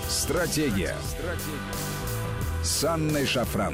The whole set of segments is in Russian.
Стратегия. С Анной Шафран.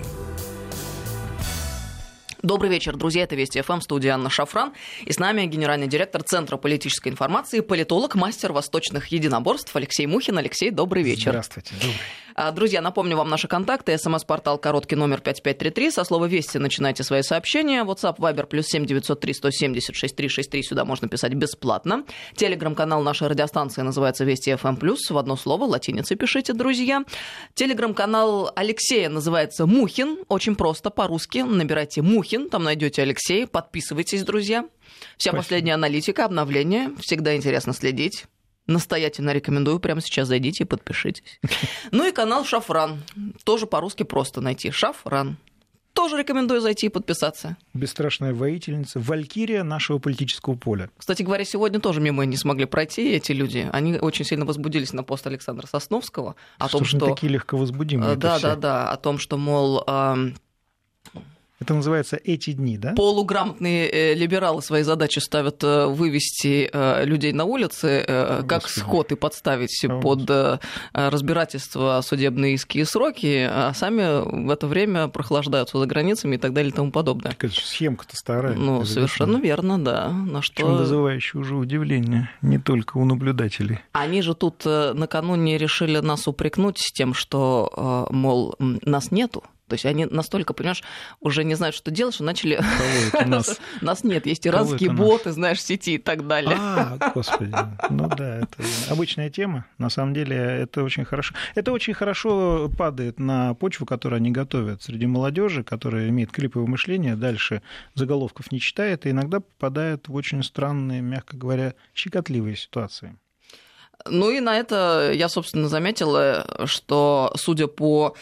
Добрый вечер, друзья. Это Вести ФМ, студия Анна Шафран. И с нами генеральный директор Центра политической информации, политолог, мастер восточных единоборств Алексей Мухин. Алексей, добрый вечер. Здравствуйте. Добрый. Друзья, напомню вам наши контакты. СМС-портал короткий номер 5533. Со слова «Вести» начинайте свои сообщения. WhatsApp, Viber, +7 903 170 6363. Сюда можно писать бесплатно. Телеграм-канал нашей радиостанции называется Вести ФМ+. В одно слово, латиницей пишите, друзья. Телеграм-канал Алексея называется Мухин. Очень просто, по-русски. Набирайте Мухин, там найдете Алексея. Подписывайтесь, друзья. Вся Спасибо. Последняя аналитика, обновления. Всегда интересно следить. Настоятельно рекомендую, прямо сейчас зайдите и подпишитесь. Ну и канал Шафран. Тоже по-русски просто найти. Шафран. Тоже рекомендую зайти и подписаться. Бесстрашная воительница, валькирия нашего политического поля. Кстати говоря, сегодня тоже мимо не смогли пройти эти люди. Они очень сильно возбудились на пост Александра Сосновского. О том, что такие легковозбудимые. Да. О том, что, мол... Это называется «эти дни», да? Полуграмотные либералы свои задачи ставят вывести людей на улицы, как скот, и подставить под разбирательство судебные иски и сроки, а сами в это время прохлаждаются за границами и так далее и тому подобное. Такая схемка-то старая. Ну, совершенно верно, да. На что... вызывающее уже удивление не только у наблюдателей. Они же тут накануне решили нас упрекнуть тем, что, мол, нас нету. То есть они настолько, понимаешь, уже не знают, что делать, что начали... Нас нет, есть иранские боты, знаешь, сети и так далее. Господи. Ну да, это обычная тема. На самом деле это очень хорошо. Это очень хорошо падает на почву, которую они готовят среди молодежи, которая имеет клиповое мышление, дальше заголовков не читает и иногда попадает в очень странные, мягко говоря, щекотливые ситуации. Ну и на это я, собственно, заметила, что, судя по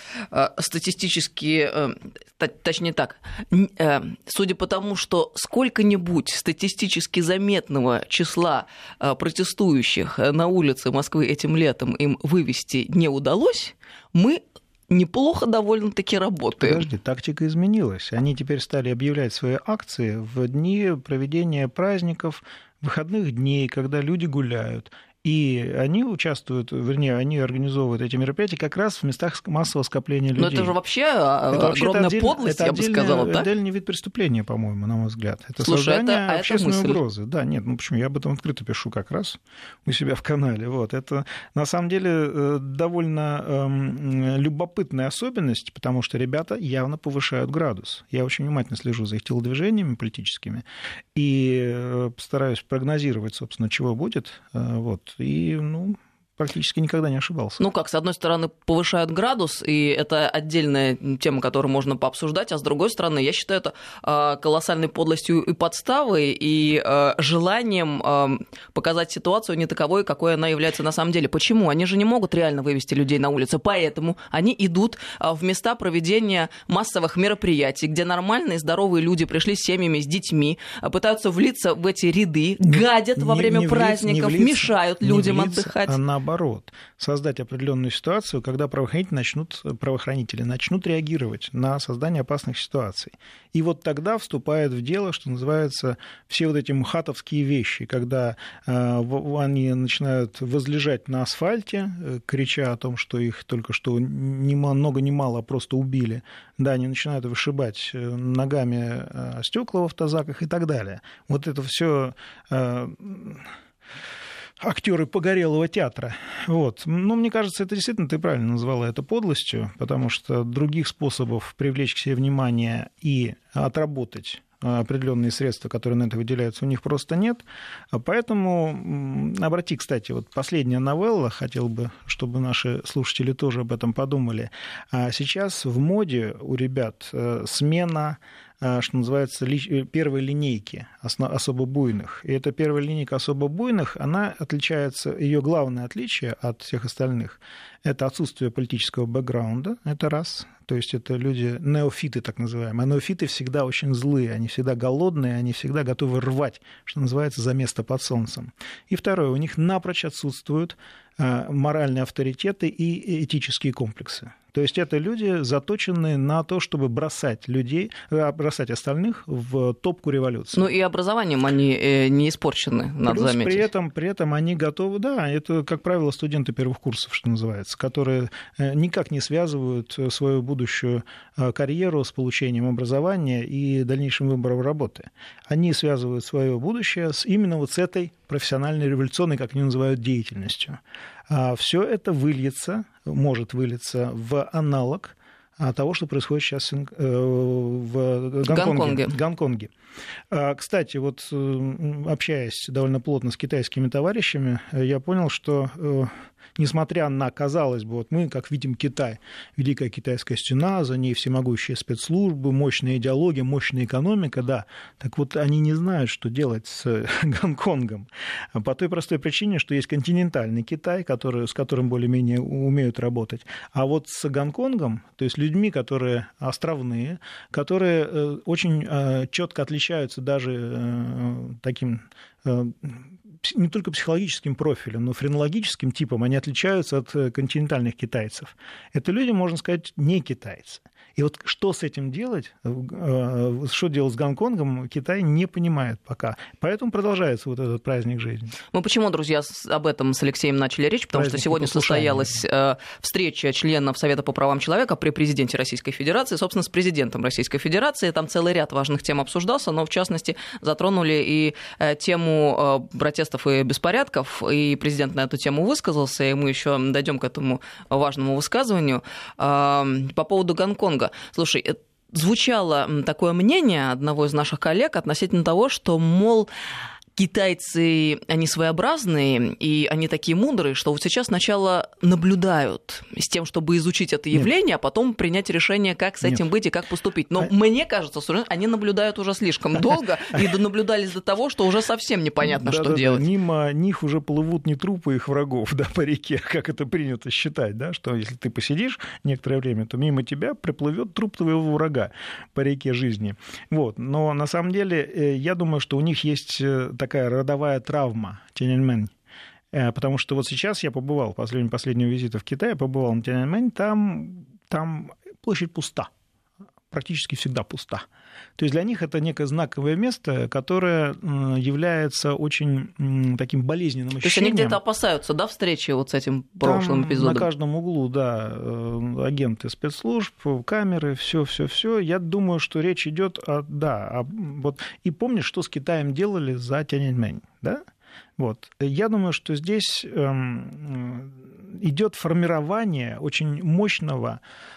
судя по тому, что сколько-нибудь статистически заметного числа протестующих на улице Москвы этим летом им вывести не удалось, мы неплохо довольно-таки работаем. Подожди, тактика изменилась. Они теперь стали объявлять свои акции в дни проведения праздников, выходных дней, когда люди гуляют. И они участвуют, вернее, они организовывают эти мероприятия как раз в местах массового скопления людей. Но это же вообще огромная подлость, я бы сказала, да? Это отдельный вид преступления, по-моему, на мой взгляд. Это Слушай, создание общественной мысль. угрозы. Да, нет, ну почему? Я об этом открыто пишу как раз у себя в канале. Вот. Это, на самом деле, довольно любопытная особенность, потому что ребята явно повышают градус. Я очень внимательно слежу за их телодвижениями политическими и постараюсь прогнозировать, собственно, чего будет. Вот. И, практически никогда не ошибался. Ну как, с одной стороны, повышают градус, и это отдельная тема, которую можно пообсуждать, а с другой стороны, я считаю это колоссальной подлостью и подставой, и желанием показать ситуацию не таковой, какой она является на самом деле. Почему? Они же не могут реально вывести людей на улицу, поэтому они идут в места проведения массовых мероприятий, где нормальные, здоровые люди пришли с семьями, с детьми, пытаются влиться в эти ряды, гадят во время праздников, мешают людям отдыхать. А наоборот, создать определенную ситуацию, когда правоохранители начнут реагировать на создание опасных ситуаций. И вот тогда вступает в дело, что называется, все вот эти мхатовские вещи, когда они начинают возлежать на асфальте, крича о том, что их только что ни много ни мало, а просто убили. Да, они начинают вышибать ногами стекла в автозаках и так далее. Вот это все актеры погорелого театра. Вот. Но мне кажется, это действительно, ты правильно назвала это подлостью, потому что других способов привлечь к себе внимание и отработать определенные средства, которые на это выделяются, у них просто нет. Поэтому обрати, кстати, вот последняя новелла, хотел бы, чтобы наши слушатели тоже об этом подумали. Сейчас в моде у ребят смена, что называется, первой линейки особо буйных. И эта первая линейка особо буйных, она отличается, ее главное отличие от всех остальных – это отсутствие политического бэкграунда, это раз. То есть это люди, неофиты так называемые. А неофиты всегда очень злые, они всегда голодные, они всегда готовы рвать, что называется, за место под солнцем. И второе, у них напрочь отсутствует моральные авторитеты и этические комплексы. То есть это люди, заточенные на то, чтобы бросать остальных в топку революции. Ну и образованием они не испорчены, надо заметить. При этом они готовы, да, это, как правило, студенты первых курсов, что называется, которые никак не связывают свою будущую карьеру с получением образования и дальнейшим выбором работы. Они связывают свое будущее именно вот с этой профессиональной революционной, как они называют, деятельностью. Все это может вылиться в аналог того, что происходит сейчас в Гонконге. Кстати, вот общаясь довольно плотно с китайскими товарищами, я понял, что несмотря на, казалось бы, вот мы, как видим Китай, Великая Китайская стена, за ней всемогущие спецслужбы, мощная идеология, мощная экономика, да, так вот они не знают, что делать с Гонконгом. По той простой причине, что есть континентальный Китай, с которым более-менее умеют работать, а вот с Гонконгом, то есть людьми, которые островные, которые очень четко отличаются даже таким не только психологическим профилем, но френологическим типом, они отличаются от континентальных китайцев. Это люди, можно сказать, не китайцы. И вот что с этим делать, что делать с Гонконгом, Китай не понимает пока. Поэтому продолжается вот этот праздник жизни. Мы почему, друзья, об этом с Алексеем начали речь? Потому что сегодня состоялась встреча членов Совета по правам человека при президенте Российской Федерации, собственно, с президентом Российской Федерации. Там целый ряд важных тем обсуждался, но, в частности, затронули и тему протестов и беспорядков, и президент на эту тему высказался, и мы еще дойдем к этому важному высказыванию. По поводу Гонконга. Слушай, звучало такое мнение одного из наших коллег относительно того, что, мол, китайцы, они своеобразные, и они такие мудрые, что вот сейчас сначала наблюдают с тем, чтобы изучить это явление, а потом принять решение, как с этим быть и как поступить. Но мне кажется, что они наблюдают уже слишком долго и наблюдались до того, что уже совсем непонятно, что делать. Мимо них уже плывут не трупы их врагов, да, по реке, как это принято считать, да, что если ты посидишь некоторое время, то мимо тебя приплывет труп твоего врага по реке жизни. Вот. Но на самом деле я думаю, что у них есть такая родовая травма Тяньаньмэнь. Потому что вот сейчас я побывал, после последнего визита в Китай, побывал на Тяньаньмэнь, там площадь пуста, практически всегда пуста. То есть для них это некое знаковое место, которое является очень таким болезненным ощущением. То есть они где-то опасаются, да, встречи вот с этим прошлым эпизодом? На каждом углу, да, агенты спецслужб, камеры, все. Я думаю, что речь идет вот. И помнишь, что с Китаем делали за Тяньаньмэнь, да? Вот. Я думаю, что здесь идет формирование очень мощного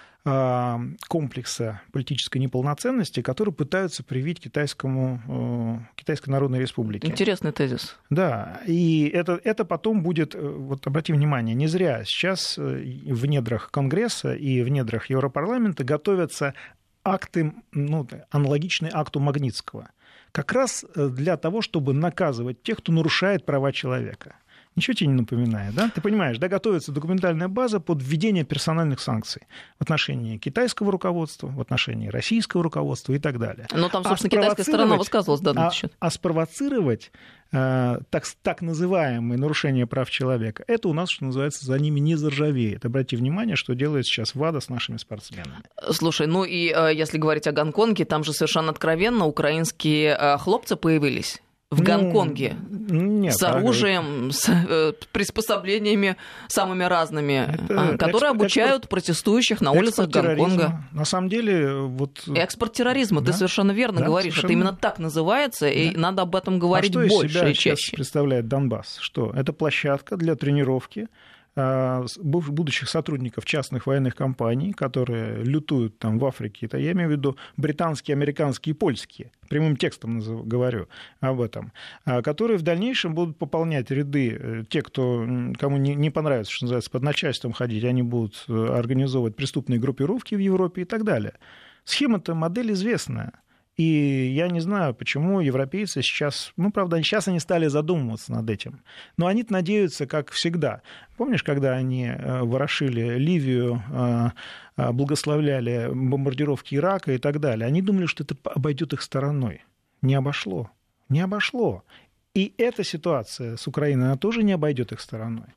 комплекса политической неполноценности, который пытаются привить Китайской Народной Республике. Интересный тезис. Да, и это потом будет, вот обрати внимание, не зря сейчас в недрах Конгресса и в недрах Европарламента готовятся акты, аналогичные акту Магнитского, как раз для того, чтобы наказывать тех, кто нарушает права человека. Ничего тебе не напоминает, да? Ты понимаешь, да, готовится документальная база под введение персональных санкций в отношении китайского руководства, в отношении российского руководства и так далее. Но там, собственно, китайская сторона высказывалась в данный счет. А спровоцировать так называемые нарушения прав человека, это у нас, что называется, за ними не заржавеет. Обрати внимание, что делает сейчас ВАДА с нашими спортсменами. Слушай, ну и если говорить о Гонконге, там же совершенно откровенно украинские хлопцы появились. В Гонконге с оружием, с приспособлениями самыми разными, которые обучают протестующих на улицах Гонконга. На самом деле... Экспорт терроризма, да? Ты совершенно верно говоришь. Совершенно... Это именно так называется, и надо об этом говорить больше и чаще. Что из себя сейчас представляет Донбасс? Что? Это площадка для тренировки будущих сотрудников частных военных компаний, которые лютуют там в Африке, это я имею в виду британские, американские и польские, прямым текстом говорю об этом, которые в дальнейшем будут пополнять ряды, те, кому не понравится, что называется, под начальством ходить, они будут организовывать преступные группировки в Европе и так далее. Схема-то, модель известная. И я не знаю, почему европейцы сейчас, правда, сейчас они стали задумываться над этим, но они надеются, как всегда. Помнишь, когда они ворошили Ливию, благословляли бомбардировки Ирака и так далее, они думали, что это обойдет их стороной. Не обошло. И эта ситуация с Украиной, она тоже не обойдет их стороной.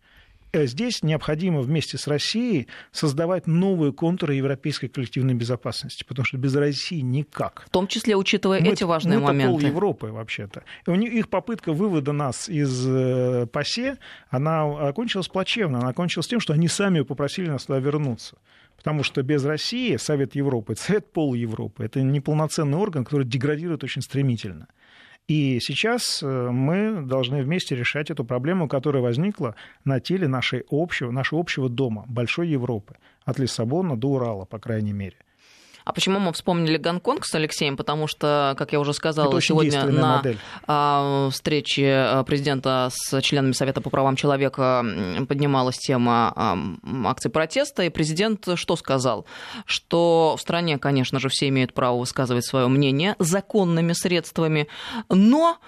здесь необходимо вместе с Россией создавать новые контуры европейской коллективной безопасности, потому что без России никак. В том числе, учитывая эти важные моменты. Мы пол Европы, вообще-то. Их попытка вывода нас из ПАСЕ, она окончилась плачевно. Она окончилась тем, что они сами попросили нас туда вернуться. Потому что без России Совет Европы, Совет пол Европы, это неполноценный орган, который деградирует очень стремительно. И сейчас мы должны вместе решать эту проблему, которая возникла на теле нашего общего дома, большой Европы, от Лиссабона до Урала, по крайней мере. А почему мы вспомнили Гонконг с Алексеем? Потому что, как я уже сказала, сегодня на встрече президента с членами Совета по правам человека поднималась тема акций протеста, и президент что сказал? Что в стране, конечно же, все имеют право высказывать свое мнение законными средствами, но...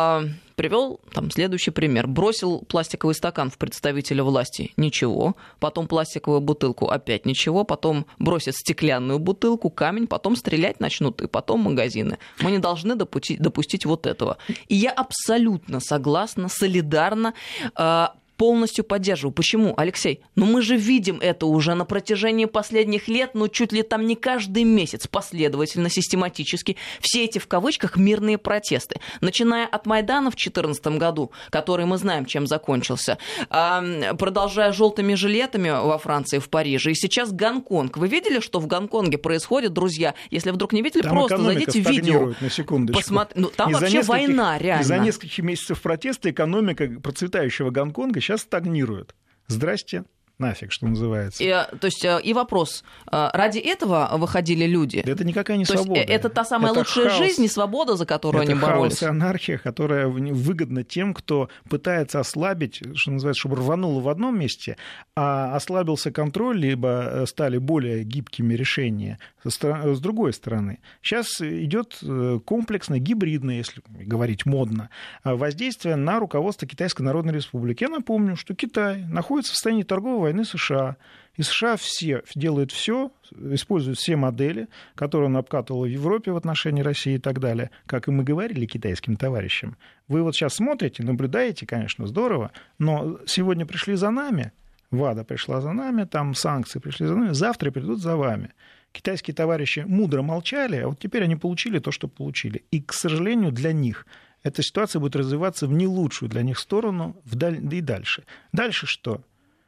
Привел следующий пример. Бросил пластиковый стакан в представителя власти — ничего. Потом пластиковую бутылку — опять ничего. Потом бросит стеклянную бутылку, камень, потом стрелять начнут, и потом магазины. Мы не должны допустить вот этого. И я абсолютно согласна, солидарна, полностью поддерживаю. Почему, Алексей? Мы же видим это уже на протяжении последних лет, чуть ли не каждый месяц последовательно, систематически. Все эти, в кавычках, мирные протесты. Начиная от Майдана в 2014 году, который мы знаем, чем закончился, продолжая желтыми жилетами во Франции, в Париже, и сейчас Гонконг. Вы видели, что в Гонконге происходит, друзья? Если вдруг не видели, там просто зайдите в видео. На секундочку. Там вообще война, реально. За несколько месяцев протеста экономика процветающего Гонконга сейчас стагнирует. Здрасте, нафиг, что называется. И вопрос. Ради этого выходили люди? Да это никакая не свобода. Это та самая лучшая жизнь и свобода, за которую они боролись? Это хаос и анархия, которая выгодна тем, кто пытается ослабить, что называется, чтобы рвануло в одном месте, а ослабился контроль, либо стали более гибкими решения с другой стороны. Сейчас идет комплексное, гибридное, если говорить модно, воздействие на руководство Китайской Народной Республики. Я напомню, что Китай находится в состоянии торговой войны с США. И США все делают все, используют все модели, которые он обкатывал в Европе в отношении России и так далее, как и мы говорили китайским товарищам. Вы вот сейчас смотрите, наблюдаете, конечно, здорово, но сегодня пришли за нами, ВАДА пришла за нами, там санкции пришли за нами, завтра придут за вами. Китайские товарищи мудро молчали, а вот теперь они получили то, что получили. И, к сожалению, для них эта ситуация будет развиваться в не лучшую для них сторону и дальше. Дальше что?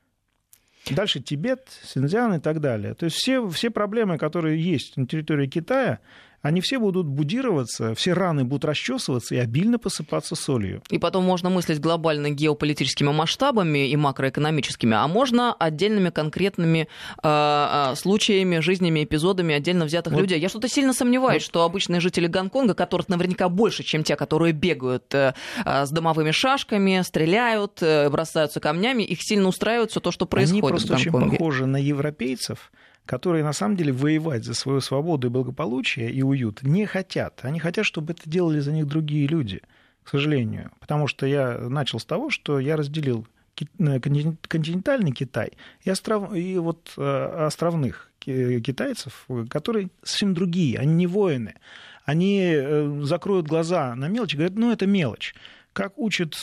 Дальше Тибет, Синьцзян и так далее. То есть все проблемы, которые есть на территории Китая, они все будут будироваться, все раны будут расчесываться и обильно посыпаться солью. И потом можно мыслить глобально геополитическими масштабами и макроэкономическими, а можно отдельными конкретными случаями, жизнями, эпизодами отдельно взятых людей. Я что-то сильно сомневаюсь, что обычные жители Гонконга, которых наверняка больше, чем те, которые бегают с дымовыми шашками, стреляют, бросаются камнями, их сильно устраивает все то, что происходит в Гонконге. Они просто очень похожи на европейцев, которые на самом деле воевать за свою свободу и благополучие и уют не хотят. Они хотят, чтобы это делали за них другие люди, к сожалению. Потому что я начал с того, что я разделил континентальный Китай и островных китайцев, которые совсем другие, они не воины. Они закроют глаза на мелочь и говорят, это мелочь. Как учит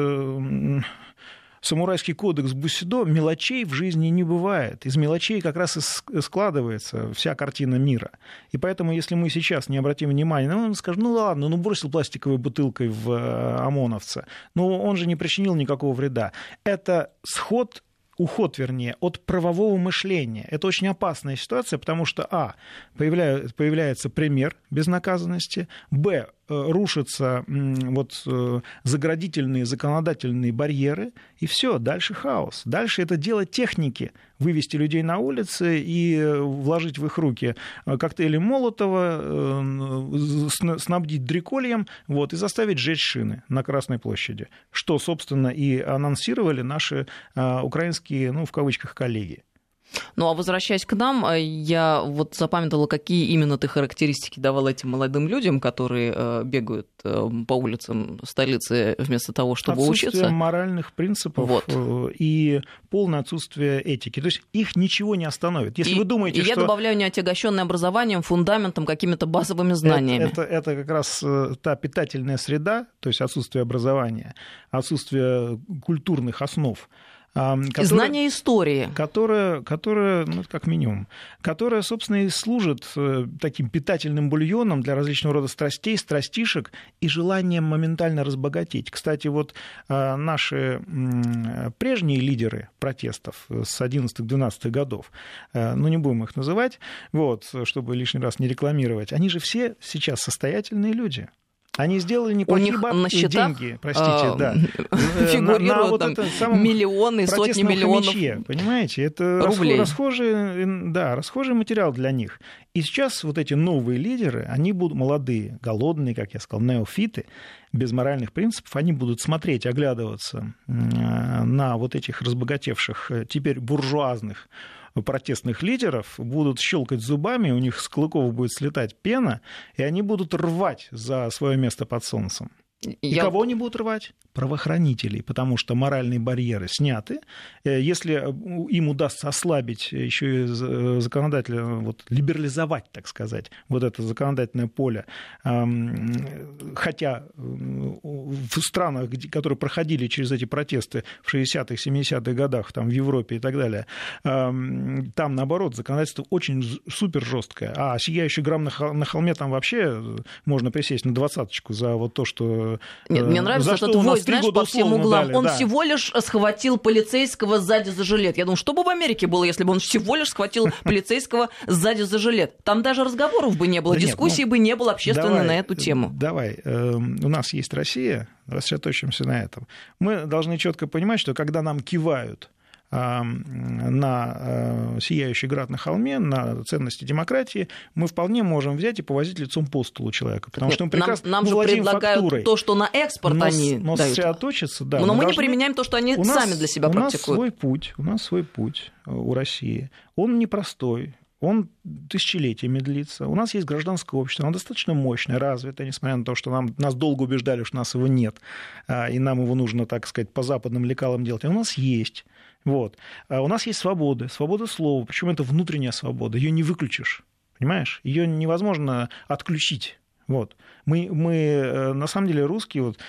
самурайский кодекс Бусидо, мелочей в жизни не бывает. Из мелочей как раз и складывается вся картина мира. И поэтому, если мы сейчас не обратим внимания, он скажет, ладно, бросил пластиковой бутылкой в ОМОНовца, он же не причинил никакого вреда. Это уход, от правового мышления. Это очень опасная ситуация, потому что, появляется пример безнаказанности, рушатся заградительные законодательные барьеры, и все, дальше хаос. Дальше это дело техники. Вывести людей на улицы и вложить в их руки коктейли Молотова, снабдить дрикольем, и заставить сжечь шины на Красной площади. Что, собственно, и анонсировали наши украинские, в кавычках, коллеги. А возвращаясь к нам, я запамятовала, какие именно ты характеристики давал этим молодым людям, которые бегают по улицам столицы вместо того, чтобы учиться. Отсутствие моральных принципов и полное отсутствие этики. То есть их ничего не остановит. Если вы думаете, я добавляю неотягощенное образованием, фундаментом, какими-то базовыми знаниями. Это как раз та питательная среда, то есть отсутствие образования, отсутствие культурных основ, Знание истории. Которая, ну, как минимум, которая, собственно, и служит таким питательным бульоном для различного рода страстей, страстишек и желанием моментально разбогатеть. Кстати, вот наши прежние лидеры протестов с 11-12 годов, ну, не будем их называть, вот, чтобы лишний раз не рекламировать, они же все сейчас состоятельные люди. Они сделали неплохие деньги, простите, да. Фигурируют там миллионы, сотни миллионов мече, понимаете? Это рублей. Расхожий материал для них. И сейчас вот эти новые лидеры, они будут молодые, голодные, как я сказал, неофиты, без моральных принципов, они будут смотреть, оглядываться на вот этих разбогатевших, теперь буржуазных протестных лидеров, будут щелкать зубами, у них с клыков будет слетать пена, и они будут рвать за свое место под солнцем. И кого они будут рвать? Правоохранителей, потому что моральные барьеры сняты. Если им удастся ослабить еще и законодательно, вот, либерализовать, так сказать, вот это законодательное поле, хотя в странах, которые проходили через эти протесты в 60-х, 70-х годах, там, в Европе и так далее, там, наоборот, законодательство очень супер жесткое. А «Сияющий грамм на холме» там вообще можно присесть на 20-очку за вот то, что... Нет, мне нравится этот вой, знаешь, по всем углам. Он всего лишь схватил полицейского сзади за жилет. Я думаю, что бы в Америке было, если бы он всего лишь схватил полицейского сзади за жилет? Там даже разговоров бы не было, дискуссий бы не было общественной на эту тему. Давай, у нас есть Россия, рассредоточимся на этом. Мы должны четко понимать, что когда нам кивают на «Сияющий град на холме», на ценности демократии, мы вполне можем взять и повозить лицом по столу человека. Потому что мы прекрасно нам же предлагают фактурой. То, что на экспорт они дают. Сосредоточиться, да. Но мы не применяем то, что они сами для себя практикуют. У нас свой путь у России. Он непростой. Он тысячелетиями длится. У нас есть гражданское общество, оно достаточно мощное, развитое, несмотря на то, что нас долго убеждали, что у нас его нет, и нам его нужно, так сказать, по западным лекалам делать. А у нас есть. Вот. У нас есть свобода слова, причем это внутренняя свобода, ее не выключишь, понимаешь? Ее невозможно отключить. Вот. Мы на самом деле русские, вот,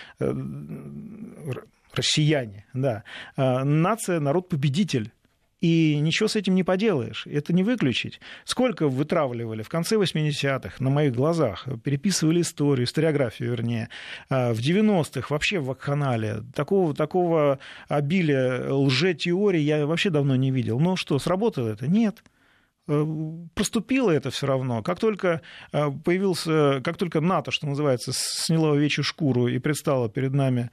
россияне, да, нация, народ-победитель. И ничего с этим не поделаешь, это не выключить. Сколько вытравливали в конце 80-х на моих глазах, переписывали историю, историографию, вернее, в 90-х вообще в вакханалии. Такого обилия лжетеорий я вообще давно не видел. Ну что, сработало это? Нет. Проступило это все равно. Как только НАТО, что называется, сняло овечью шкуру и предстало перед нами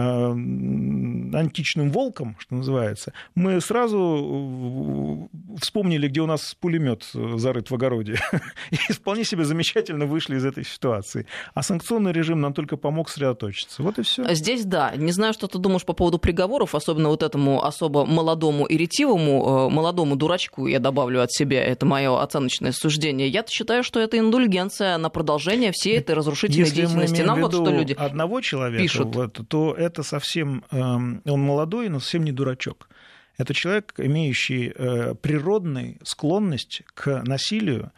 античным волком, что называется, мы сразу вспомнили, где у нас пулемет зарыт в огороде, и вполне себе замечательно вышли из этой ситуации. А санкционный режим нам только помог сосредоточиться. Вот и все. Здесь да. Не знаю, что ты думаешь по поводу приговоров, особенно вот этому особо молодому и ретивому, молодому дурачку, я добавлю от себя. Это мое оценочное суждение. Я-то считаю, что это индульгенция на продолжение всей этой разрушительной деятельности. Если мы имеем в виду одного человека, пишут, то это совсем... Он молодой, но совсем не дурачок. Это человек, имеющий природную склонность к насилию,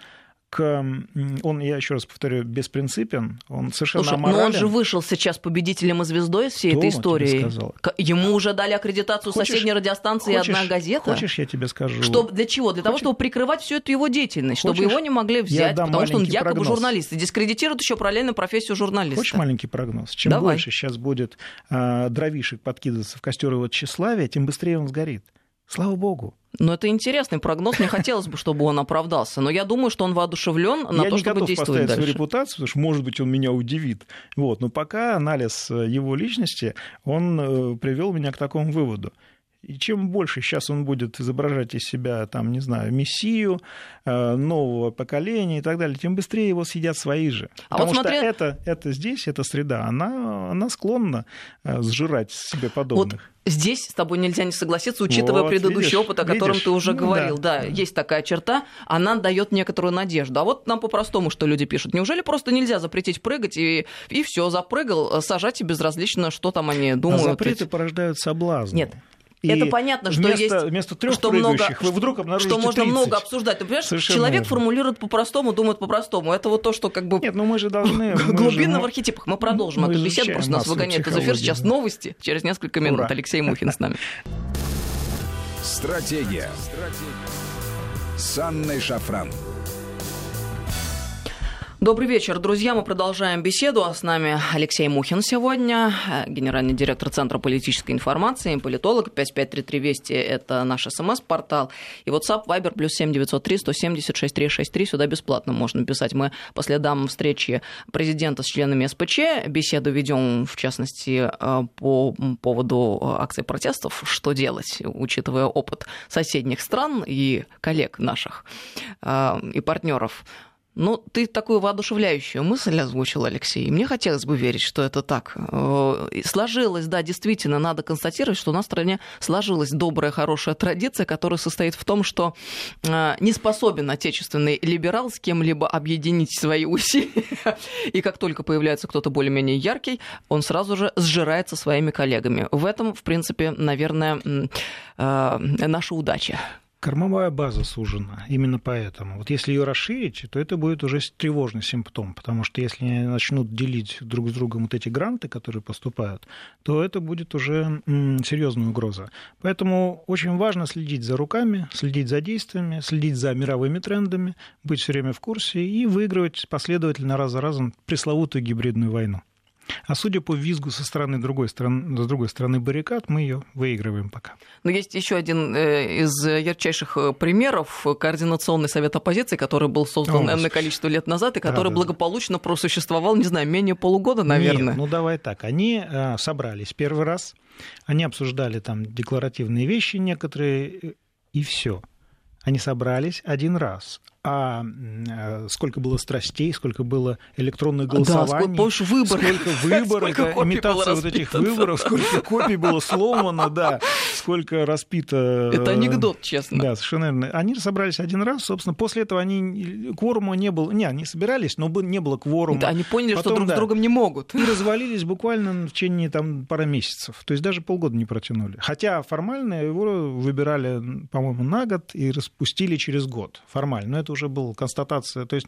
я еще раз повторю, беспринципен, он совершенно аморален. Но он же вышел сейчас победителем и звездой всей этой истории. Ему уже дали аккредитацию соседней радиостанции и одна газета. Хочешь, я тебе скажу? Для чего? Для того, чтобы прикрывать всю эту его деятельность, чтобы его не могли взять, потому что он якобы журналист. И дискредитирует еще параллельно профессию журналиста. Хочешь маленький прогноз? Чем больше сейчас будет дровишек подкидываться в костер его тщеславия, тем быстрее он сгорит. Слава богу. Но это интересный прогноз, мне хотелось бы, чтобы он оправдался. Но я думаю, что он воодушевлен на то, чтобы действовать дальше. Я не готов поставить свою репутацию, потому что, может быть, он меня удивит. Вот. Но пока анализ его личности, он привел меня к такому выводу. И чем больше сейчас он будет изображать из себя, там, не знаю, мессию нового поколения и так далее, тем быстрее его съедят свои же. Потому что это здесь, эта среда, она склонна сжирать себе подобных. Вот здесь с тобой нельзя не согласиться, учитывая предыдущий опыт, о котором ты уже говорил. Да, есть такая черта, она дает некоторую надежду. А вот нам по-простому, что люди пишут. Неужели просто нельзя запретить прыгать и все, запрыгал, сажать и безразлично, что там они думают? Запреты порождают соблазн. Нет. Это понятно, что вместо 3 прыгающих вы вдруг обнаружите 30. Что можно много обсуждать. Ты понимаешь, человек формулирует по-простому, думает по-простому. Это вот то, что как бы... Нет, но мы же должны... Глубинно в архетипах. Мы продолжим эту беседу, потому что нас выгоняют из эфира. Сейчас новости. Через несколько минут. Алексей Мухин с нами. Стратегия. С Анной Шафран. Добрый вечер, друзья. Мы продолжаем беседу. А с нами Алексей Мухин сегодня, генеральный директор Центра политической информации, политолог. 5533 Вести – это наш СМС-портал. И WhatsApp, Viber, +7 903 170 6363. Сюда бесплатно можно писать. Мы по следам встречи президента с членами СПЧ беседу ведем, в частности, по поводу акций протестов. Что делать, учитывая опыт соседних стран и коллег наших и партнеров. Ну, ты такую воодушевляющую мысль озвучил, Алексей, и мне хотелось бы верить, что это так. Сложилось, да, действительно, надо констатировать, что у нас в стране сложилась добрая, хорошая традиция, которая состоит в том, что не способен отечественный либерал с кем-либо объединить свои усилия, и как только появляется кто-то более-менее яркий, он сразу же сжирается своими коллегами. В этом, в принципе, наверное, наша удача. Кормовая база сужена, именно поэтому. Вот если ее расширить, то это будет уже тревожный симптом, потому что если они начнут делить друг с другом вот эти гранты, которые поступают, то это будет уже серьезная угроза. Поэтому очень важно следить за руками, следить за действиями, следить за мировыми трендами, быть все время в курсе и выигрывать последовательно раз за разом пресловутую гибридную войну. А судя по визгу с другой стороны баррикад, мы ее выигрываем пока. Но есть еще один из ярчайших примеров. Координационный совет оппозиции, который был создан энное количество лет назад, и который благополучно просуществовал, не знаю, менее полугода, наверное. Нет, ну давай так. Они собрались первый раз, они обсуждали там декларативные вещи некоторые, и все. Они собрались один раз. А сколько было страстей, сколько было электронных голосований, да, сколько выборов, имитация вот этих выборов, сколько копий было сломано, да, сколько распито. Это анекдот, честно. Да, совершенно верно. Они собрались один раз, собственно, после этого кворума не было. Не, они собирались, но не было кворума. Да, они поняли, потом, что друг с другом не могут. И развалились буквально в течение пары месяцев. То есть даже полгода не протянули. Хотя формально его выбирали, по-моему, на год и распустили через год. Формально. Но это уже была констатация, то есть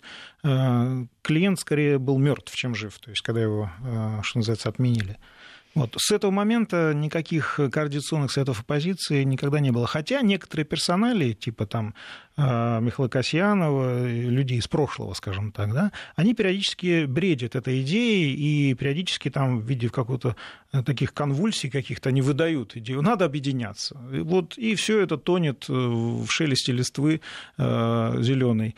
клиент скорее был мертв, чем жив, то есть когда его, что называется, отменили. Вот. С этого момента никаких координационных советов оппозиции никогда не было. Хотя некоторые персонали, типа там Михаила Касьянова, людей из прошлого, скажем так, да, они периодически бредят этой идеей и периодически там в виде какого-то таких конвульсий каких-то они выдают идею, надо объединяться. И все это тонет в шелесте листвы зеленой,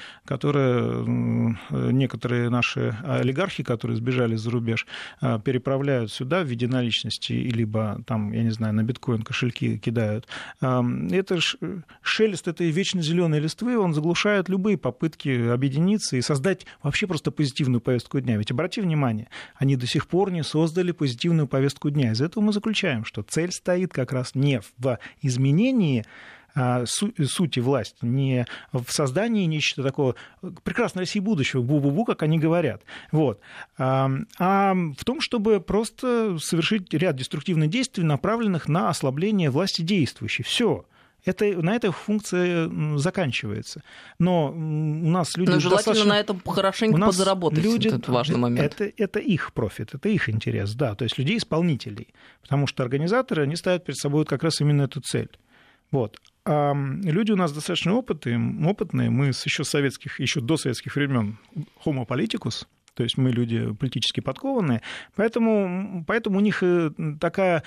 которые некоторые наши олигархи, которые сбежали за рубеж, переправляют сюда в виде наличности, либо там, я не знаю, на биткоин кошельки кидают. Это шелест этой вечно зеленой листвы, он заглушает любые попытки объединиться и создать вообще просто позитивную повестку дня. Ведь обрати внимание, они до сих пор не создали позитивную повестку дня. Из этого мы заключаем, что цель стоит как раз не в изменении сути власти, не в создании нечто такого прекрасной России будущего, бу-бу-бу, как они говорят, вот, а в том, чтобы просто совершить ряд деструктивных действий, направленных на ослабление власти действующей. Все. На этой функция заканчивается. Но у нас люди... Но желательно на этом хорошенько подзаработать. Это важный момент. Это их профит, это их интерес, да, то есть людей-исполнителей. Потому что организаторы, они ставят перед собой как раз именно эту цель. Вот. А люди у нас достаточно опытные, мы еще до советских времен homo politicus, то есть мы люди политически подкованные, поэтому у них такая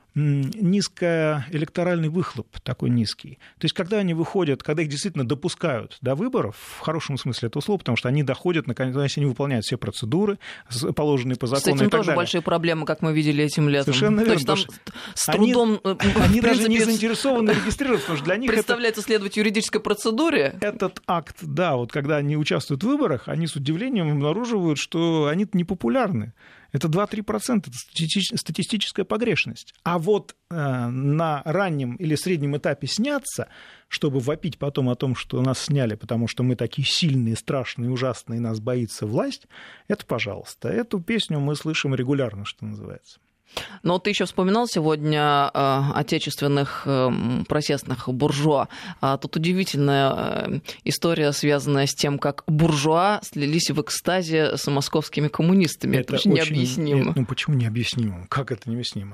низкий электоральный выхлоп, такой низкий. То есть, когда они выходят, когда их действительно допускают до выборов, в хорошем смысле этого слова, потому что они доходят, наконец, если они выполняют все процедуры, положенные по закону. С этим тоже большие проблемы, как мы видели этим летом. Совершенно верно. То есть, там с трудом... Они даже не заинтересованы регистрироваться, потому что для них представляется следовать юридической процедуре. Этот акт, да, вот когда они участвуют в выборах, они с удивлением обнаруживают, что они непопулярны. Это 2-3%, это статистическая погрешность. А вот на раннем или среднем этапе сняться, чтобы вопить потом о том, что нас сняли, потому что мы такие сильные, страшные, ужасные, нас боится власть, это пожалуйста. Эту песню мы слышим регулярно, что называется. Но ты еще вспоминал сегодня отечественных протестных буржуа. Тут удивительная история, связанная с тем, как буржуа слились в экстазе с московскими коммунистами. Это очень необъяснимо. Почему необъяснимо? Как это необъяснимо?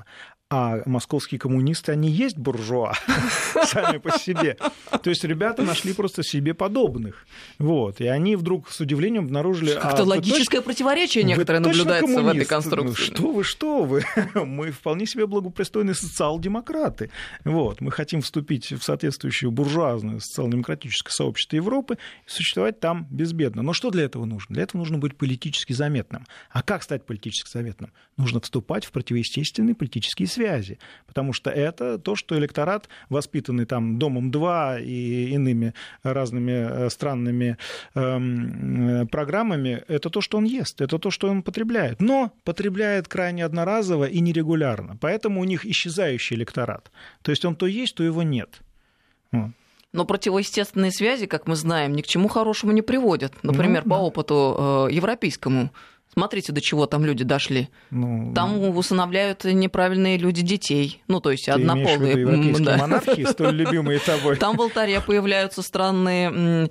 А московские коммунисты, они есть буржуа сами по себе. То есть ребята нашли просто себе подобных. Вот. И они вдруг с удивлением обнаружили... Как-то логическое противоречие некоторое наблюдается в этой конструкции. Ну, что вы. Мы вполне себе благопристойные социал-демократы. Вот. Мы хотим вступить в соответствующее буржуазное социал-демократическое сообщество Европы и существовать там безбедно. Но что для этого нужно? Для этого нужно быть политически заметным. А как стать политически заметным? Нужно вступать в противоестественные политические связи. Потому что это то, что электорат, воспитанный там Домом-2 и иными разными странными программами, это то, что он ест, это то, что он потребляет. Но потребляет крайне одноразово и нерегулярно. Поэтому у них исчезающий электорат. То есть он то есть, то его нет. Но противоестественные связи, как мы знаем, ни к чему хорошему не приводят. Например, по опыту европейскому. Смотрите, до чего там люди дошли. Там усыновляют неправильные люди детей. Ну, то есть однополые. Ты имеешь в виду европейские монархии, столь любимые тобой? Там в алтаре появляются странные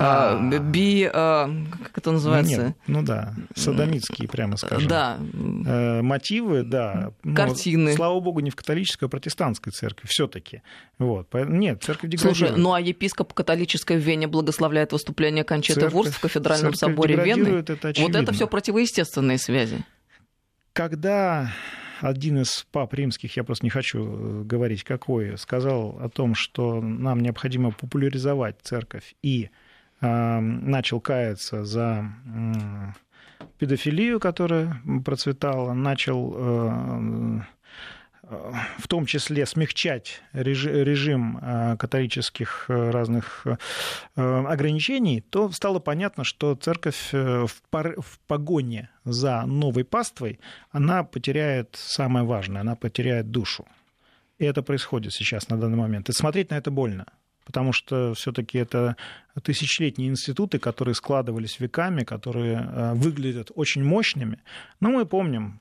как это называется? Содомитские, прямо скажем. Да. Мотивы, да. Картины. Слава богу, не в католической, а протестантской церкви все-таки. Вот. Нет, церковь деградирует. Слушай, а епископ католической в Вене благословляет выступление Кончиты Вурст в кафедральном соборе Вены. Вот это все противоестественные связи. Когда один из пап римских, я просто не хочу говорить какой, сказал о том, что нам необходимо популяризовать церковь и начал каяться за педофилию, которая процветала, начал в том числе смягчать режим католических разных ограничений, то стало понятно, что церковь в погоне за новой паствой, она потеряет самое важное, она потеряет душу. И это происходит сейчас на данный момент. И смотреть на это больно. Потому что все-таки это тысячелетние институты, которые складывались веками, которые выглядят очень мощными. Но мы помним,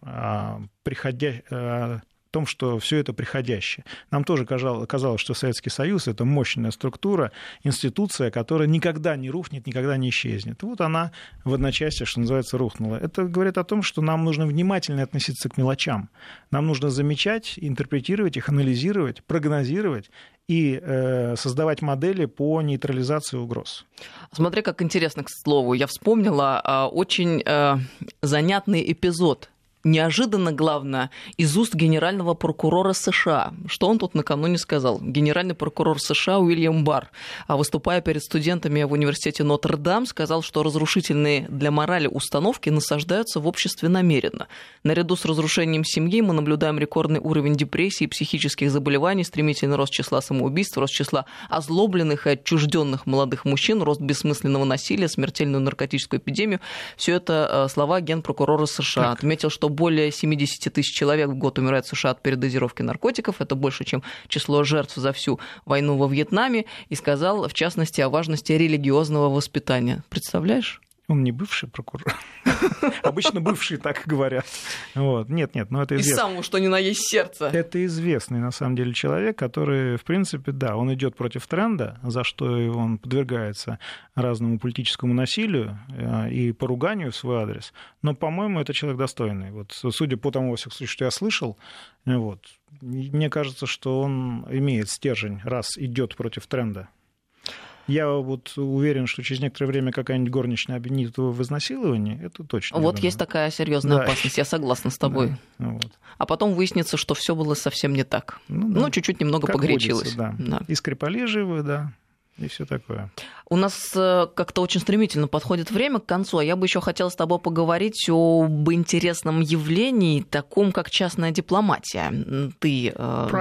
о том, что все это приходящее. Нам тоже казалось, что Советский Союз — это мощная структура, институция, которая никогда не рухнет, никогда не исчезнет. Вот она в одночасье, что называется, рухнула. Это говорит о том, что нам нужно внимательно относиться к мелочам. Нам нужно замечать, интерпретировать их, анализировать, прогнозировать и создавать модели по нейтрализации угроз. Смотри, как интересно, к слову. Я вспомнила очень занятный эпизод. Неожиданно, главное, из уст генерального прокурора США. Что он тут накануне сказал? Генеральный прокурор США Уильям Барр, выступая перед студентами в университете Нотр-Дам, сказал, что разрушительные для морали установки насаждаются в обществе намеренно. Наряду с разрушением семьи мы наблюдаем рекордный уровень депрессии и психических заболеваний, стремительный рост числа самоубийств, рост числа озлобленных и отчужденных молодых мужчин, рост бессмысленного насилия, смертельную наркотическую эпидемию. Все это слова генпрокурора США. Отметил, что более 70 тысяч человек в год умирает в США от передозировки наркотиков. Это больше, чем число жертв за всю войну во Вьетнаме. И сказал, в частности, о важности религиозного воспитания. Представляешь? Он не бывший прокурор. Обычно бывшие так говорят. Вот. Нет, но это известно. Из самого, что ни на есть сердца. Это известный, на самом деле, человек, который, в принципе, да, он идет против тренда, за что он подвергается разному политическому насилию и поруганию в свой адрес. Но, по-моему, это человек достойный. Вот, судя по тому, во всяком случае, что я слышал, вот, мне кажется, что он имеет стержень, раз идет против тренда. Я вот уверен, что через некоторое время какая-нибудь горничная обвинит его в изнасиловании, это точно. Вот есть такая серьезная опасность, я согласна с тобой. Да, вот. А потом выяснится, что все было совсем не так. Чуть-чуть немного как погорячилось. Водится, да. И Скрипали живы, да. И все такое. У нас как-то очень стремительно подходит время к концу, а я бы еще хотела с тобой поговорить об интересном явлении, таком как частная дипломатия. Ты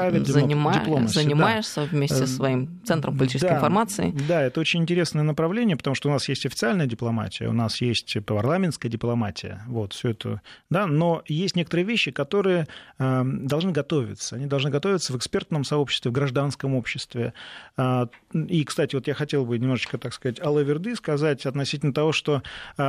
занимаешься вместе со своим Центром политической информации. Да, это очень интересное направление, потому что у нас есть официальная дипломатия, у нас есть парламентская дипломатия, вот все это, да, но есть некоторые вещи, которые должны готовиться. Они должны готовиться в экспертном сообществе, в гражданском обществе. И, кстати, вот я хотел бы немножечко, так сказать, алаверды сказать относительно того, что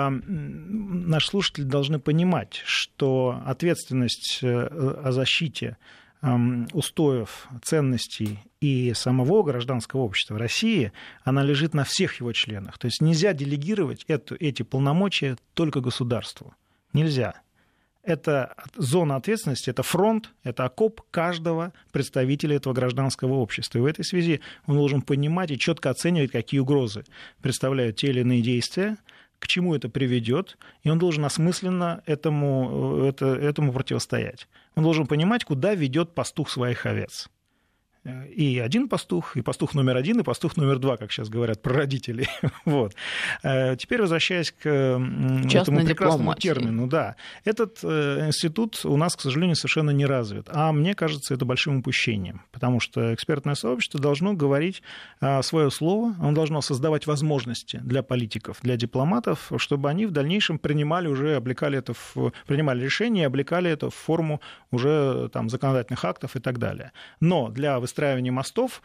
наши слушатели должны понимать, что ответственность о защите устоев, ценностей и самого гражданского общества в России, она лежит на всех его членах. То есть нельзя делегировать эти полномочия только государству. Нельзя. Это зона ответственности, это фронт, это окоп каждого представителя этого гражданского общества. И в этой связи он должен понимать и четко оценивать, какие угрозы представляют те или иные действия, к чему это приведет, и он должен осмысленно этому противостоять. Он должен понимать, куда ведет пастух своих овец. И один пастух, и пастух номер один, и пастух номер два, как сейчас говорят про родителей. Вот. Теперь возвращаясь к этому прекрасному термину. Да. Этот институт у нас, к сожалению, совершенно не развит. А мне кажется, это большим упущением, потому что экспертное сообщество должно говорить свое слово, оно должно создавать возможности для политиков, для дипломатов, чтобы они в дальнейшем принимали решения и облекали это в форму уже там, законодательных актов и так далее. Но для выстраивания мостов,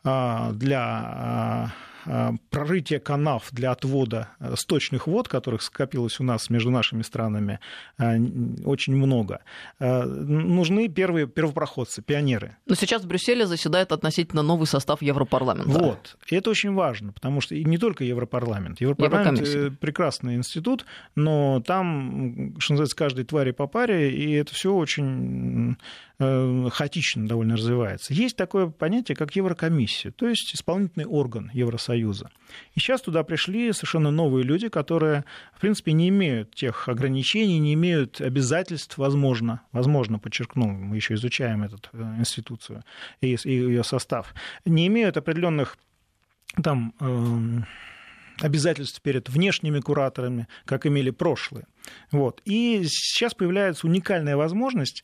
для прорытия канав, для отвода сточных вод, которых скопилось у нас между нашими странами очень много, нужны первопроходцы, пионеры. Но сейчас в Брюсселе заседает относительно новый состав Европарламента. Вот. И это очень важно, потому что и не только Европарламент. Европарламент — прекрасный институт, но там, что называется, каждой твари по паре, и это все очень хаотично довольно развивается. Есть такое понятие, как Еврокомиссия, то есть исполнительный орган Евросоюза. И сейчас туда пришли совершенно новые люди, которые, в принципе, не имеют тех ограничений, не имеют обязательств, возможно, подчеркну, мы еще изучаем эту институцию и ее состав, не имеют определенных там обязательств перед внешними кураторами, как имели прошлые. Вот. И сейчас появляется уникальная возможность,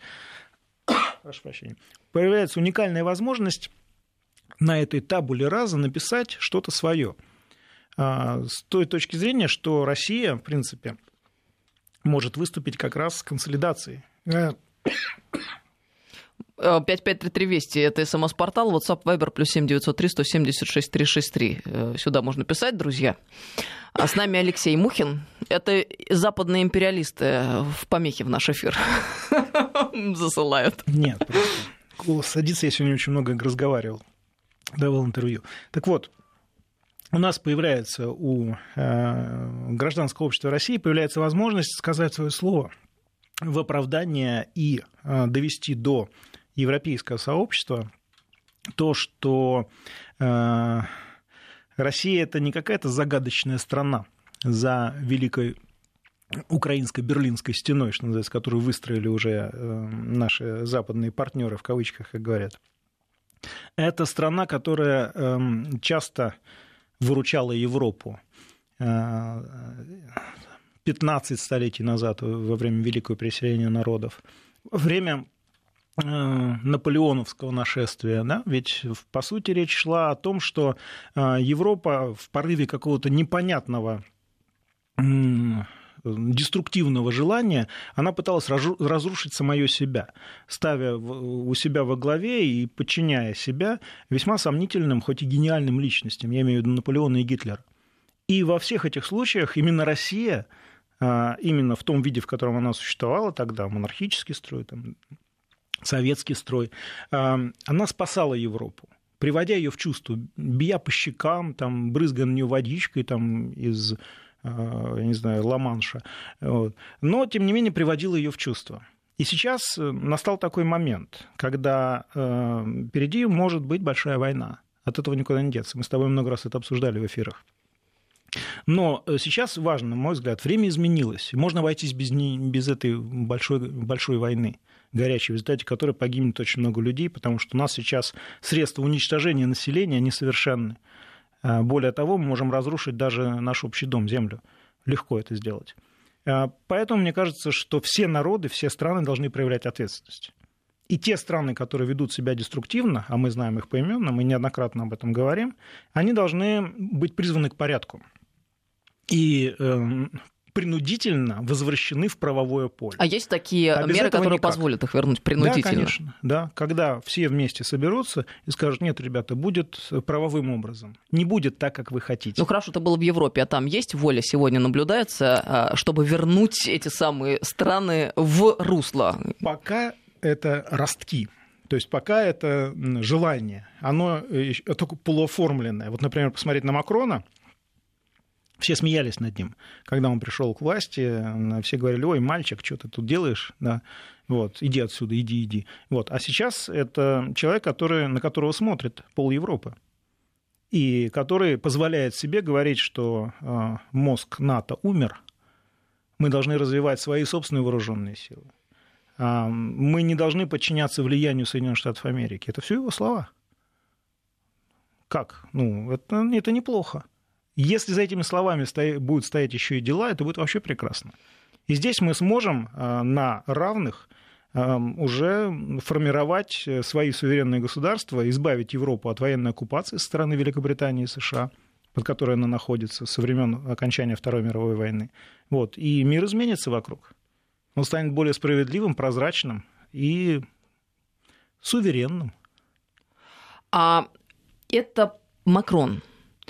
на этой табуле раза написать что-то свое. С той точки зрения, что Россия, в принципе, может выступить как раз с консолидацией. 553320 — это СМС-портал, WhatsApp, Viber, +7 903 176 363. Сюда можно писать, друзья. А с нами Алексей Мухин. Это западные империалисты в помехе в наш эфир засылают. Нет, просто голос садится, я сегодня очень много разговаривал, давал интервью. Так вот, у нас появляется, у гражданского общества России появляется возможность сказать свое слово в оправдание и довести до европейского сообщества то, что Россия — это не какая-то загадочная страна за великой украинско-берлинской стеной, что называется, которую выстроили уже наши западные партнеры, в кавычках, как говорят. Это страна, которая часто выручала Европу 15 столетий назад, во время Великого переселения народов, во время наполеоновского нашествия, да? Ведь, по сути, речь шла о том, что Европа в порыве какого-то непонятного деструктивного желания, она пыталась разрушить самое себя, ставя у себя во главе и подчиняя себя весьма сомнительным, хоть и гениальным личностям, я имею в виду Наполеона и Гитлера. И во всех этих случаях именно Россия, именно в том виде, в котором она существовала тогда, монархический строй, там, советский строй, она спасала Европу, приводя ее в чувство, бия по щекам, там, брызгая на нее водичкой там, из, я не знаю, Ла-Манша. Вот. Но, тем не менее, приводила ее в чувство. И сейчас настал такой момент, когда впереди может быть большая война. От этого никуда не деться. Мы с тобой много раз это обсуждали в эфирах. Но сейчас важно, на мой взгляд, время изменилось. Можно обойтись без этой большой войны, горячей, в результате которой погибнет очень много людей, потому что у нас сейчас средства уничтожения населения несовершенны. Более того, мы можем разрушить даже наш общий дом, землю. Легко это сделать. Поэтому мне кажется, что все народы, все страны должны проявлять ответственность. И те страны, которые ведут себя деструктивно, а мы знаем их поименно, мы неоднократно об этом говорим, они должны быть призваны к порядку и принудительно возвращены в правовое поле. А есть такие меры, которые позволят их вернуть принудительно? Да, конечно. Да. Когда все вместе соберутся и скажут: нет, ребята, будет правовым образом. Не будет так, как вы хотите. Ну хорошо, это было в Европе, а там есть воля сегодня наблюдается, чтобы вернуть эти самые страны в русло? Пока это ростки. То есть пока это желание, оно только полуоформленное. Вот, например, посмотреть на Макрона, Все смеялись над ним. Когда он пришел к власти, все говорили: ой, мальчик, что ты тут делаешь? Да. Вот, иди отсюда, иди. Вот. А сейчас это человек, на которого смотрит пол Европы, и который позволяет себе говорить, что мозг НАТО умер, мы должны развивать свои собственные вооруженные силы, мы не должны подчиняться влиянию Соединенных Штатов Америки. Это все его слова. Как? Это неплохо. Если за этими словами будут стоять еще и дела, это будет вообще прекрасно. И здесь мы сможем на равных уже формировать свои суверенные государства, избавить Европу от военной оккупации со стороны Великобритании и США, под которой она находится со времен окончания Второй мировой войны. Вот. И мир изменится вокруг. Он станет более справедливым, прозрачным и суверенным. А это Макрон.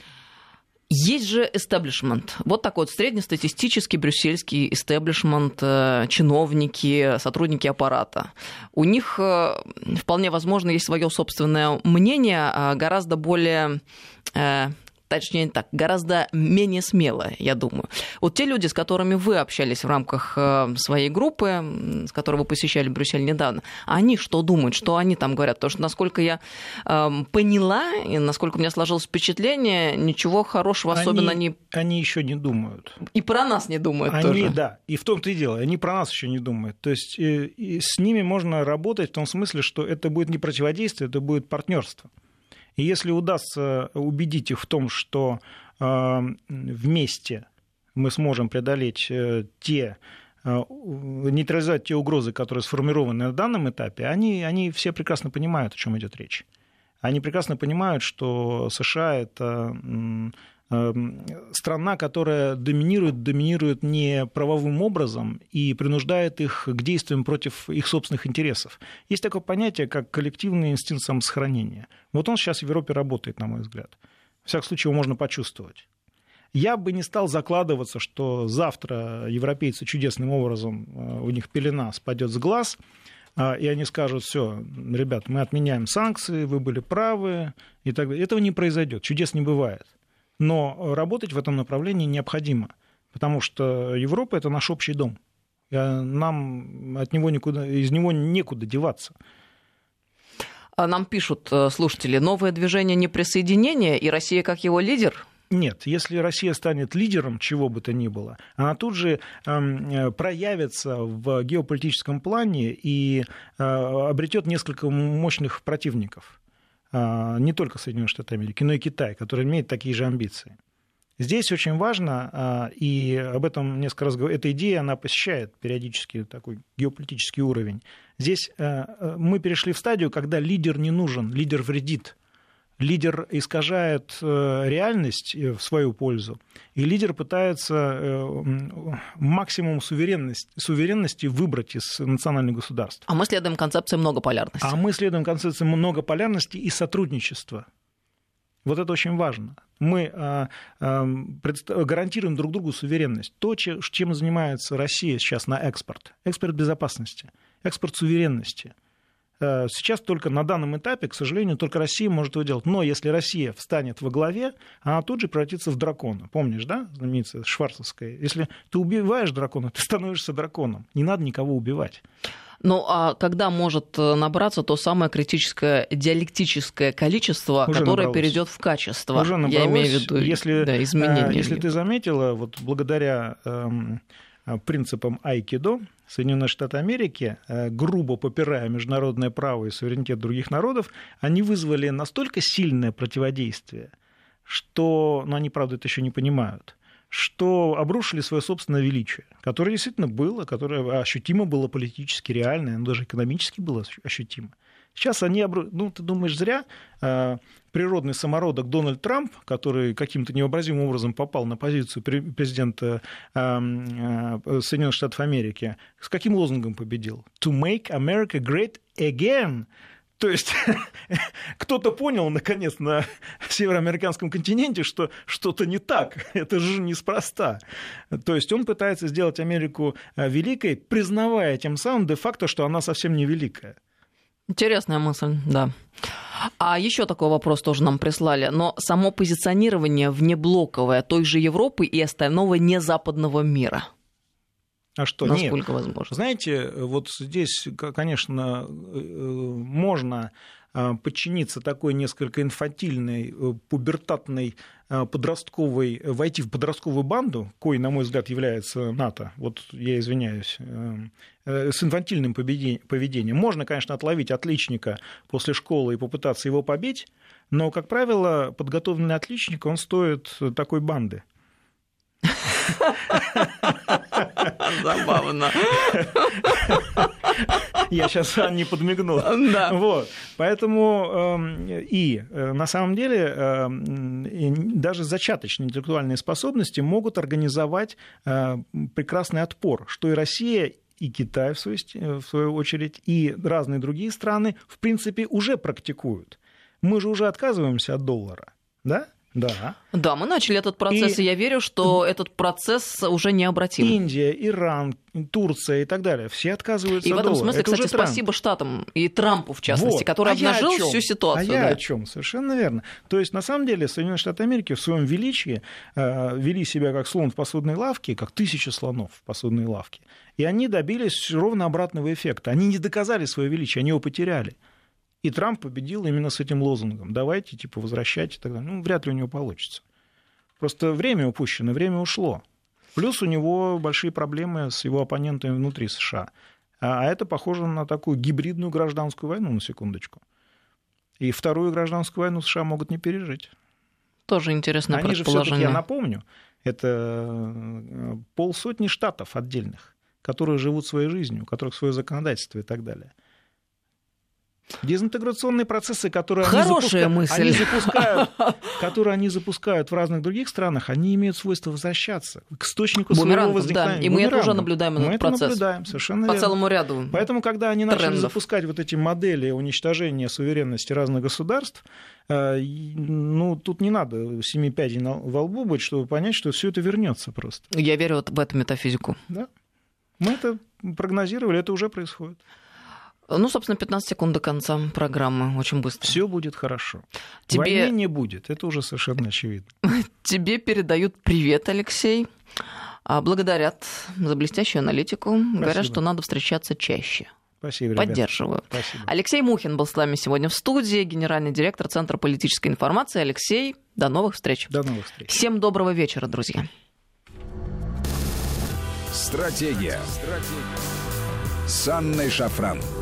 Есть же эстеблишмент, вот такой вот среднестатистический брюссельский эстеблишмент, чиновники, сотрудники аппарата. У них вполне возможно есть свое собственное мнение, гораздо более... Точнее так, гораздо менее смелое, я думаю. Вот те люди, с которыми вы общались в рамках своей группы, с которой вы посещали Брюссель недавно, они что думают, что они там говорят? Потому что, насколько я поняла, и насколько у меня сложилось впечатление, ничего хорошего особенно не... Они еще не думают. И про нас не думают тоже. Да, и в том-то и дело, они про нас еще не думают. То есть и с ними можно работать в том смысле, что это будет не противодействие, это будет партнерство. И если удастся убедить их в том, что вместе мы сможем преодолеть нейтрализовать те угрозы, которые сформированы на данном этапе, они все прекрасно понимают, о чем идет речь. Они прекрасно понимают, что США – это страна, которая доминирует не правовым образом и принуждает их к действиям против их собственных интересов. Есть такое понятие, как коллективный инстинкт самосохранения. Вот он сейчас в Европе работает, на мой взгляд. В всяком случае, его можно почувствовать. Я бы не стал закладываться, что завтра европейцы чудесным образом, у них пелена спадет с глаз, и они скажут: все, ребят, мы отменяем санкции, вы были правы, и так далее. Этого не произойдет, чудес не бывает. Но работать в этом направлении необходимо, потому что Европа – это наш общий дом. Нам из него некуда деваться. Нам пишут слушатели: новое движение неприсоединения, и Россия как его лидер? Нет, если Россия станет лидером чего бы то ни было, она тут же проявится в геополитическом плане и обретет несколько мощных противников. Не только Соединенные Штаты Америки, но и Китай, который имеет такие же амбиции. Здесь очень важно, и об этом несколько раз говорю, эта идея, она посещает периодически такой геополитический уровень. Здесь мы перешли в стадию, когда лидер не нужен, лидер вредит. Лидер искажает реальность в свою пользу, и лидер пытается максимум суверенности выбрать из национальных государств. А мы следуем концепции многополярности. А мы следуем концепции многополярности и сотрудничества. Вот это очень важно. Мы гарантируем друг другу суверенность. То, чем занимается Россия сейчас на экспорт. Экспорт безопасности, экспорт суверенности. Сейчас только на данном этапе, к сожалению, только Россия может его делать. Но если Россия встанет во главе, она тут же превратится в дракона. Помнишь, да, знаменитая шварцевская? Если ты убиваешь дракона, ты становишься драконом. Не надо никого убивать. Ну, а когда может набраться то самое критическое диалектическое количество, уже которое набралось. Перейдет в качество? Уже набралось. Я имею в виду изменения. Если ты заметила, вот благодаря принципам айкидо Соединенные Штаты Америки, грубо попирая международное право и суверенитет других народов, они вызвали настолько сильное противодействие, что, они, правда, это еще не понимают, что обрушили свое собственное величие, которое действительно было, которое ощутимо было политически реально, оно даже экономически было ощутимо. Сейчас они ты думаешь, зря природный самородок Дональд Трамп, который каким-то невообразимым образом попал на позицию президента Соединенных Штатов Америки, с каким лозунгом победил? To make America great again. То есть кто-то понял, наконец, на североамериканском континенте, что что-то не так, это же неспроста. То есть он пытается сделать Америку великой, признавая тем самым де-факто, что она совсем не великая. Интересная мысль, да. А еще такой вопрос тоже нам прислали. Но само позиционирование внеблоковое той же Европы и остального незападного мира. А что? Насколько возможно? Знаете, вот здесь, конечно, можно подчиниться такой несколько инфантильной, пубертатной, подростковой, войти в подростковую банду, кой, на мой взгляд, является НАТО, вот я извиняюсь, с инфантильным поведением. Можно, конечно, отловить отличника после школы и попытаться его побить, но, как правило, подготовленный отличник, он стоит такой банды. Забавно. Я сейчас не подмигнул. Да. Вот. Поэтому на самом деле даже зачаточные интеллектуальные способности могут организовать прекрасный отпор, что и Россия, и Китай, в свою очередь, и разные другие страны, в принципе, уже практикуют. Мы же уже отказываемся от доллара, да? Да. Да, мы начали этот процесс, и я верю, что этот процесс уже необратим. Индия, Иран, Турция и так далее, все отказываются от доллара. И в этом смысле, это кстати, спасибо Штатам и Трампу, в частности, который обнажил всю ситуацию. А я о чем? Совершенно верно. То есть, на самом деле, Соединенные Штаты Америки в своем величии вели себя как слон в посудной лавке, как 1000 слонов в посудной лавке. И они добились ровно обратного эффекта. Они не доказали свое величие, они его потеряли. И Трамп победил именно с этим лозунгом. Давайте, возвращайте и так далее. Ну, вряд ли у него получится. Просто время упущено, время ушло. Плюс у него большие проблемы с его оппонентами внутри США. А это похоже на такую гибридную гражданскую войну, на секундочку. И вторую гражданскую войну США могут не пережить. Тоже интересное предположение. Они же всё-таки, я напомню, это 50 штатов отдельных, которые живут своей жизнью, у которых свое законодательство и так далее. Дезинтеграционные процессы, которые они запускают в разных других странах, они имеют свойство возвращаться к источнику своего возникновения. Да, и мы это уже наблюдаем, этот процесс. Мы это наблюдаем, совершенно верно. По целому ряду. Поэтому, когда они начали запускать вот эти модели уничтожения суверенности разных государств, тут не надо 7 пядей во лбу быть, чтобы понять, что все это вернется просто. Я верю в эту метафизику. Да. Мы это прогнозировали, это уже происходит. Собственно, 15 секунд до конца программы, очень быстро. Все будет хорошо. Войны не будет, это уже совершенно очевидно. Тебе передают привет, Алексей. Благодарят за блестящую аналитику. Спасибо. Говорят, что надо встречаться чаще. Спасибо, ребята. Поддерживаю. Спасибо. Алексей Мухин был с нами сегодня в студии, генеральный директор Центра политической информации. Алексей, до новых встреч. До новых встреч. Всем доброго вечера, друзья. Стратегия. С Анной Шафран.